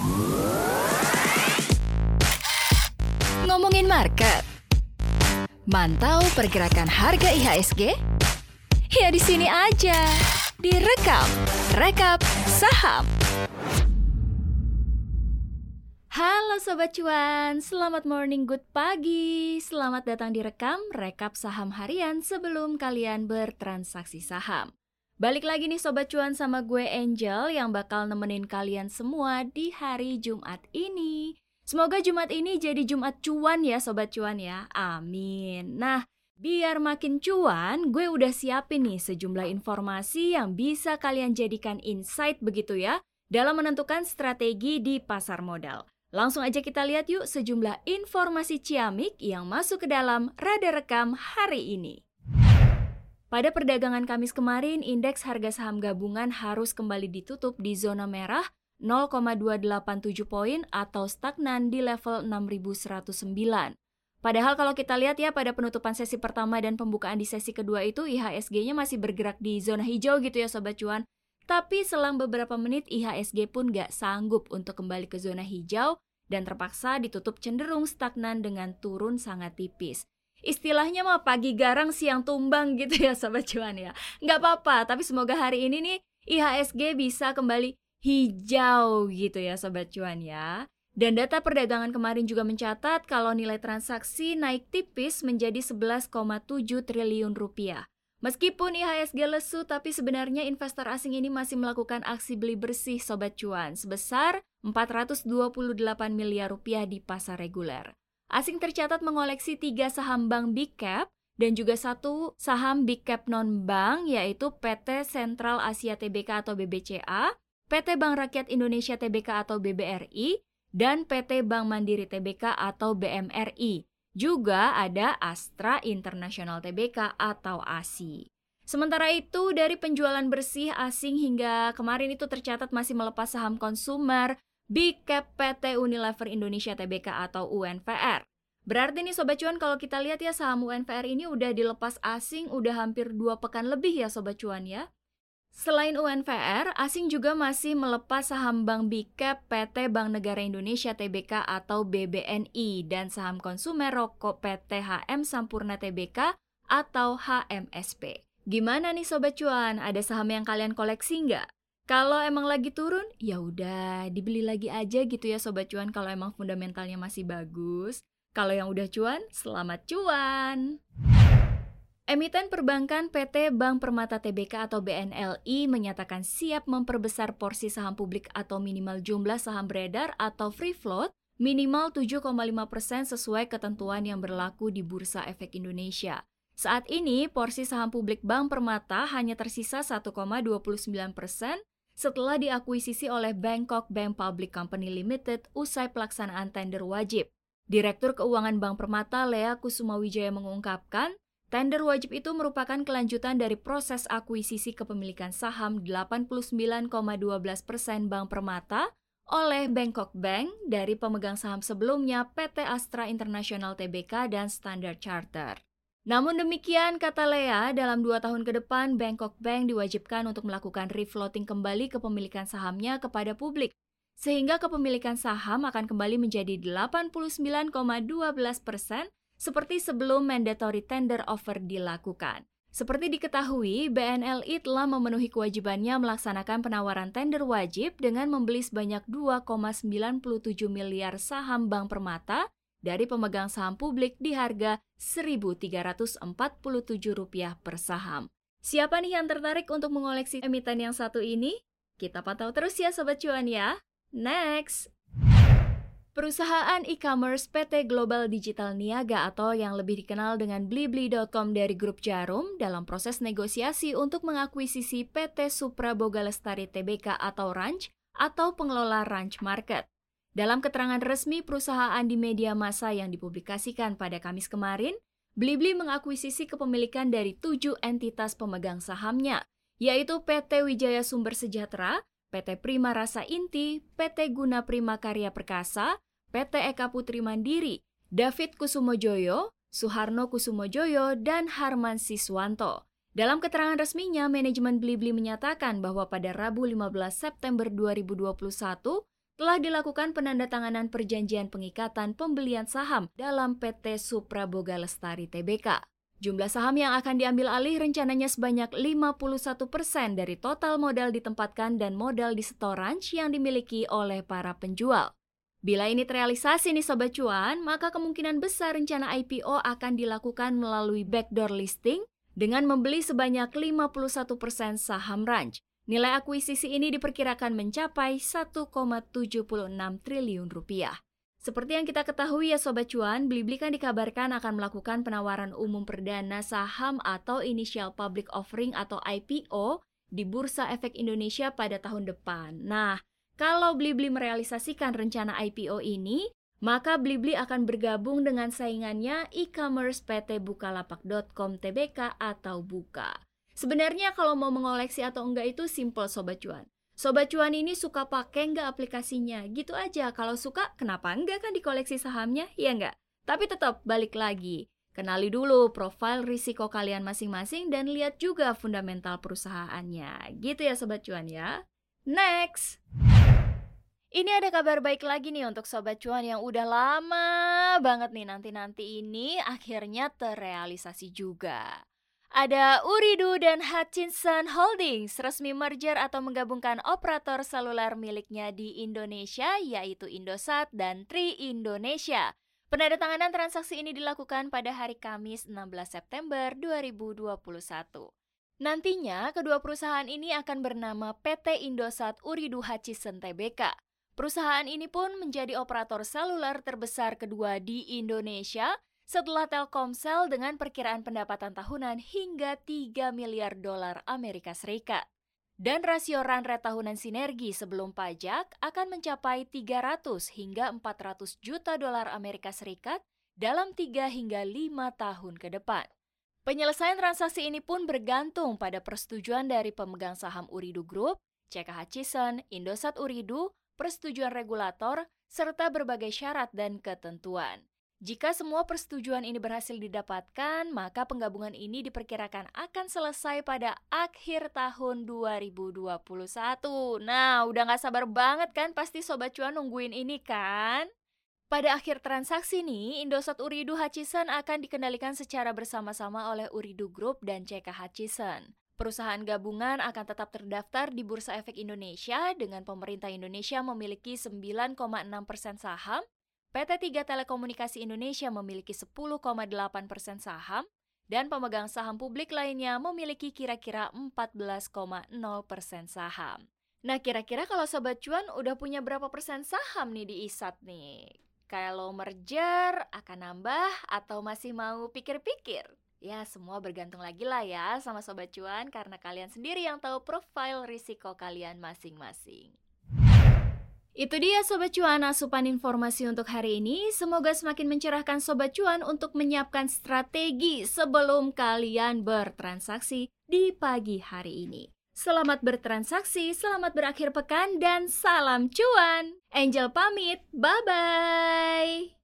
Ngomongin market, mantau pergerakan harga IHSG? Ya di sini aja, direkap, rekap saham. Halo Sobat Cuan, selamat morning, good pagi. Selamat datang di rekap saham harian sebelum kalian bertransaksi saham. Balik lagi nih Sobat Cuan sama gue Angel yang bakal nemenin kalian semua di hari Jumat ini. Semoga Jumat ini jadi Jumat cuan ya Sobat Cuan ya, amin. Nah, biar makin cuan, gue udah siapin nih sejumlah informasi yang bisa kalian jadikan insight begitu ya dalam menentukan strategi di pasar modal. Langsung aja kita lihat yuk sejumlah informasi ciamik yang masuk ke dalam Radar Rekam hari ini. Pada perdagangan Kamis kemarin, indeks harga saham gabungan harus kembali ditutup di zona merah 0,287 poin atau stagnan di level 6.109. Padahal kalau kita lihat ya pada penutupan sesi pertama dan pembukaan di sesi kedua itu IHSG-nya masih bergerak di zona hijau gitu ya Sobat Cuan. Tapi selang beberapa menit IHSG pun gak sanggup untuk kembali ke zona hijau dan terpaksa ditutup cenderung stagnan dengan turun sangat tipis. Istilahnya mah pagi garang siang tumbang gitu ya Sobat Cuan ya. Gak apa-apa, tapi semoga hari ini nih IHSG bisa kembali hijau gitu ya Sobat Cuan ya. Dan data perdagangan kemarin juga mencatat kalau nilai transaksi naik tipis menjadi 11,7 triliun rupiah. Meskipun IHSG lesu, tapi sebenarnya investor asing ini masih melakukan aksi beli bersih Sobat Cuan sebesar 428 miliar rupiah di pasar reguler. Asing tercatat mengoleksi 3 saham bank big cap dan juga 1 saham big cap non-bank yaitu PT Sentral Asia Tbk atau BBCA, PT Bank Rakyat Indonesia Tbk atau BBRI, dan PT Bank Mandiri Tbk atau BMRI. Juga ada Astra International Tbk atau ASI. Sementara itu, dari penjualan bersih asing hingga kemarin itu tercatat masih melepas saham konsumer Big Cap PT Unilever Indonesia Tbk atau UNVR. Berarti nih Sobat Cuan kalau kita lihat ya saham UNVR ini udah dilepas asing udah hampir 2 pekan lebih ya Sobat Cuan ya. Selain UNVR, asing juga masih melepas saham Bank Big Cap PT Bank Negara Indonesia Tbk atau BBNI dan saham konsumer rokok PT HM Sampurna Tbk atau HMSP. Gimana nih Sobat Cuan? Ada saham yang kalian koleksi nggak? Kalau emang lagi turun, ya udah dibeli lagi aja gitu ya Sobat Cuan kalau emang fundamentalnya masih bagus. Kalau yang udah cuan, selamat cuan! Emiten perbankan PT Bank Permata Tbk atau BNLI menyatakan siap memperbesar porsi saham publik atau minimal jumlah saham beredar atau free float minimal 7,5% sesuai ketentuan yang berlaku di Bursa Efek Indonesia. Saat ini, porsi saham publik Bank Permata hanya tersisa 1,29% setelah diakuisisi oleh Bangkok Bank Public Company Limited usai pelaksanaan tender wajib. Direktur Keuangan Bank Permata Lea Kusumawijaya mengungkapkan, tender wajib itu merupakan kelanjutan dari proses akuisisi kepemilikan saham 89,12% Bank Permata oleh Bangkok Bank dari pemegang saham sebelumnya PT Astra International Tbk dan Standard Chartered. Namun demikian, kata Lea, dalam 2 tahun ke depan Bangkok Bank diwajibkan untuk melakukan refloating kembali kepemilikan sahamnya kepada publik, sehingga kepemilikan saham akan kembali menjadi 89,12% seperti sebelum mandatory tender offer dilakukan. Seperti diketahui, BNLI telah memenuhi kewajibannya melaksanakan penawaran tender wajib dengan membeli sebanyak 2,97 miliar saham Bank Permata dari pemegang saham publik di harga Rp1.347 per saham. Siapa nih yang tertarik untuk mengoleksi emiten yang satu ini? Kita pantau terus ya Sobat Cuan ya. Next! Perusahaan e-commerce PT Global Digital Niaga atau yang lebih dikenal dengan Blibli.com dari Grup Jarum dalam proses negosiasi untuk mengakuisisi PT Supra Boga Lestari Tbk atau Ranch atau pengelola Ranch Market. Dalam keterangan resmi perusahaan di media massa yang dipublikasikan pada Kamis kemarin, Blibli mengakuisisi kepemilikan dari 7 entitas pemegang sahamnya, yaitu PT Wijaya Sumber Sejahtera, PT Prima Rasa Inti, PT Guna Prima Karya Perkasa, PT Eka Putri Mandiri, David Kusumojoyo, Suharno Kusumojoyo, dan Harman Siswanto. Dalam keterangan resminya, manajemen Blibli menyatakan bahwa pada Rabu 15 September 2021 telah dilakukan penandatanganan perjanjian pengikatan pembelian saham dalam PT Supra Boga Lestari Tbk. Jumlah saham yang akan diambil alih rencananya sebanyak 51% dari total modal ditempatkan dan modal di setoran yang dimiliki oleh para penjual. Bila ini terrealisasi nih Sobat Cuan, maka kemungkinan besar rencana IPO akan dilakukan melalui backdoor listing dengan membeli sebanyak 51% saham Ranch. Nilai akuisisi ini diperkirakan mencapai 1,76 triliun rupiah. Seperti yang kita ketahui ya Sobat Cuan, Blibli kan dikabarkan akan melakukan penawaran umum perdana saham atau Initial Public Offering atau IPO di Bursa Efek Indonesia pada tahun depan. Nah, kalau Blibli merealisasikan rencana IPO ini, maka Blibli akan bergabung dengan saingannya e-commerce PT Bukalapak.com Tbk atau Buka. Sebenarnya kalau mau mengoleksi atau enggak itu simple Sobat Cuan. Sobat Cuan ini suka pakai nggak aplikasinya? Gitu aja, kalau suka kenapa enggak kan dikoleksi sahamnya, ya enggak? Tapi tetap balik lagi, kenali dulu profil risiko kalian masing-masing dan lihat juga fundamental perusahaannya. Gitu ya Sobat Cuan ya. Next! Ini ada kabar baik lagi nih untuk Sobat Cuan yang udah lama banget nih nanti-nanti ini akhirnya terrealisasi juga. Ada Ooredoo dan Hutchison Holdings resmi merger atau menggabungkan operator seluler miliknya di Indonesia yaitu Indosat dan Tri Indonesia. Penandatanganan transaksi ini dilakukan pada hari Kamis 16 September 2021. Nantinya kedua perusahaan ini akan bernama PT Indosat Ooredoo Hutchison Tbk. Perusahaan ini pun menjadi operator seluler terbesar kedua di Indonesia setelah Telkomsel dengan perkiraan pendapatan tahunan hingga 3 miliar dolar Amerika Serikat. Dan rasio run rate tahunan sinergi sebelum pajak akan mencapai 300 hingga 400 juta dolar Amerika Serikat dalam 3 hingga 5 tahun ke depan. Penyelesaian transaksi ini pun bergantung pada persetujuan dari pemegang saham Ooredoo Group, CK Hutchison, Indosat Ooredoo, persetujuan regulator, serta berbagai syarat dan ketentuan. Jika semua persetujuan ini berhasil didapatkan, maka penggabungan ini diperkirakan akan selesai pada akhir tahun 2021. Nah, udah gak sabar banget kan pasti Sobat Cuan nungguin ini kan? Pada akhir transaksi nih, Indosat Ooredoo Hutchison akan dikendalikan secara bersama-sama oleh Ooredoo Group dan CK Hutchison. Perusahaan gabungan akan tetap terdaftar di Bursa Efek Indonesia dengan pemerintah Indonesia memiliki 9,6% saham, PT 3 Telekomunikasi Indonesia memiliki 10,8% saham, dan pemegang saham publik lainnya memiliki kira-kira 14,0% saham. Nah, kira-kira kalau Sobat Cuan udah punya berapa persen saham nih di ISAT nih? Kalau merger akan nambah atau masih mau pikir-pikir? Ya, semua bergantung lagi lah ya sama Sobat Cuan karena kalian sendiri yang tahu profil risiko kalian masing-masing. Itu dia Sobat Cuan asupan informasi untuk hari ini. Semoga semakin mencerahkan Sobat Cuan untuk menyiapkan strategi sebelum kalian bertransaksi di pagi hari ini. Selamat bertransaksi, selamat berakhir pekan, dan salam cuan. Angel pamit, bye-bye.